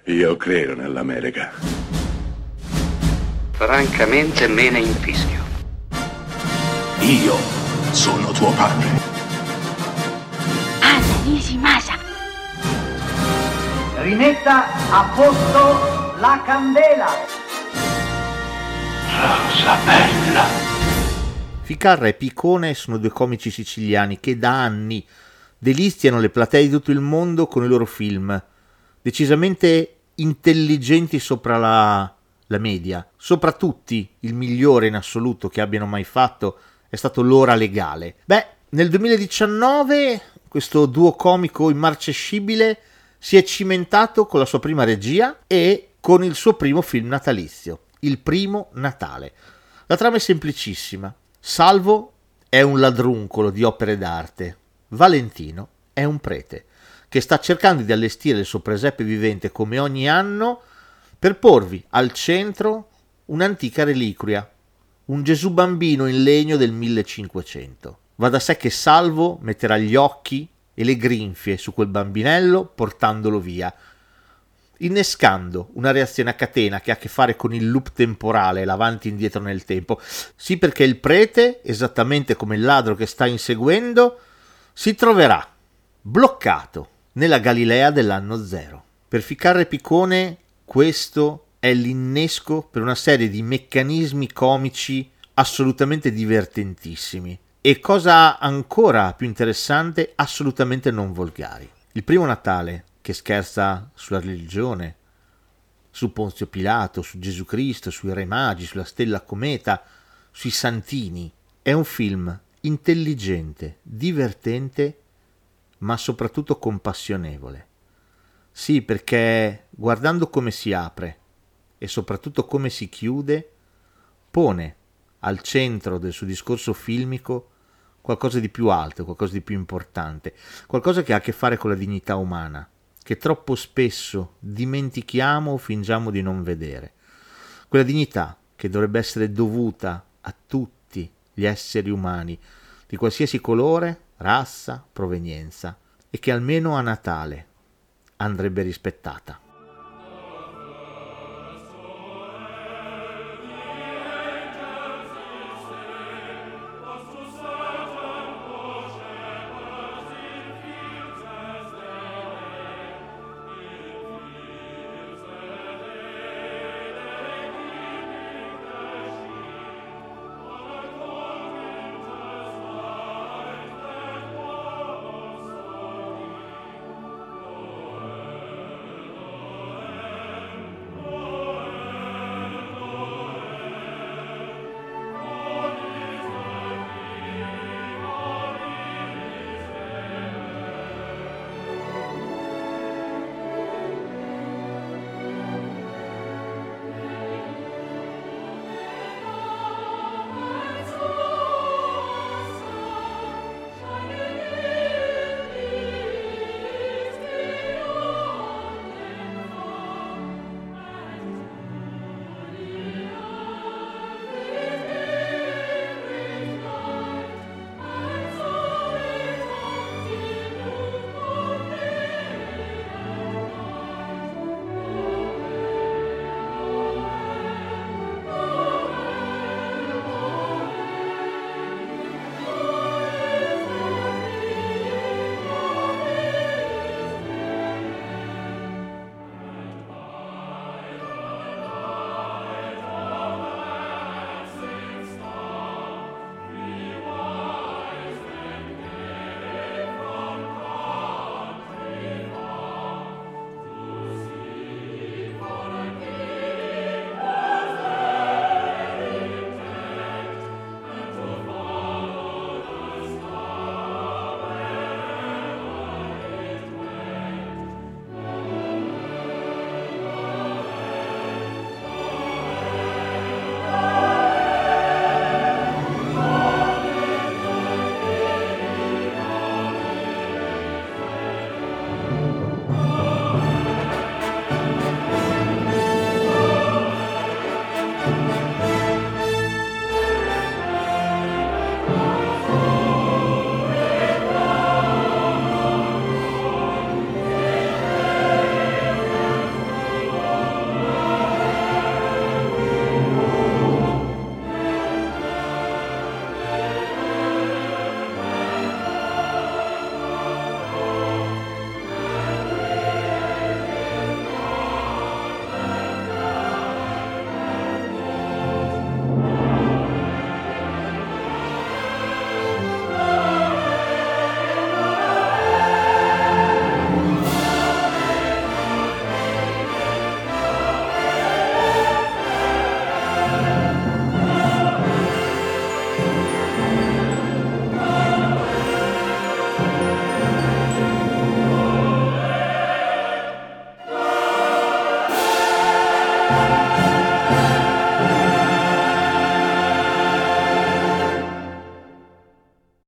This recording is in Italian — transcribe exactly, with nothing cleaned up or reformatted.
Io credo nell'America. Francamente me ne infischio. Io sono tuo padre. Anna Nishimasa. Rimetta a posto la candela. Rosa bella. Ficarra e Picone sono due comici siciliani che da anni deliziano le platee di tutto il mondo con i loro film, decisamente intelligenti sopra la, la media. Soprattutto il migliore in assoluto che abbiano mai fatto è stato L'ora legale. Beh, nel duemiladiciannove questo duo comico immarcescibile si è cimentato con la sua prima regia e con il suo primo film natalizio, Il primo Natale. La trama è semplicissima. Salvo è un ladruncolo di opere d'arte. Valentino è un prete che sta cercando di allestire il suo presepe vivente come ogni anno per porvi al centro un'antica reliquia, un Gesù bambino in legno del millecinquecento. Va da sé che Salvo metterà gli occhi e le grinfie su quel bambinello portandolo via, innescando una reazione a catena che ha a che fare con il loop temporale, l'avanti e indietro nel tempo. Sì, perché il prete, esattamente come il ladro che sta inseguendo, si troverà bloccato nella Galilea dell'anno zero. Per Ficarra e Picone questo è l'innesco per una serie di meccanismi comici assolutamente divertentissimi e, cosa ancora più interessante, assolutamente non volgari. Il primo Natale, che scherza sulla religione, su Ponzio Pilato, su Gesù Cristo, sui Re Magi, sulla Stella Cometa, sui Santini, è un film intelligente, divertente, ma soprattutto compassionevole. Sì, perché guardando come si apre e soprattutto come si chiude, pone al centro del suo discorso filmico qualcosa di più alto, qualcosa di più importante, qualcosa che ha a che fare con la dignità umana, che troppo spesso dimentichiamo o fingiamo di non vedere. Quella dignità che dovrebbe essere dovuta a tutti gli esseri umani, di qualsiasi colore, razza, provenienza, e che almeno a Natale andrebbe rispettata.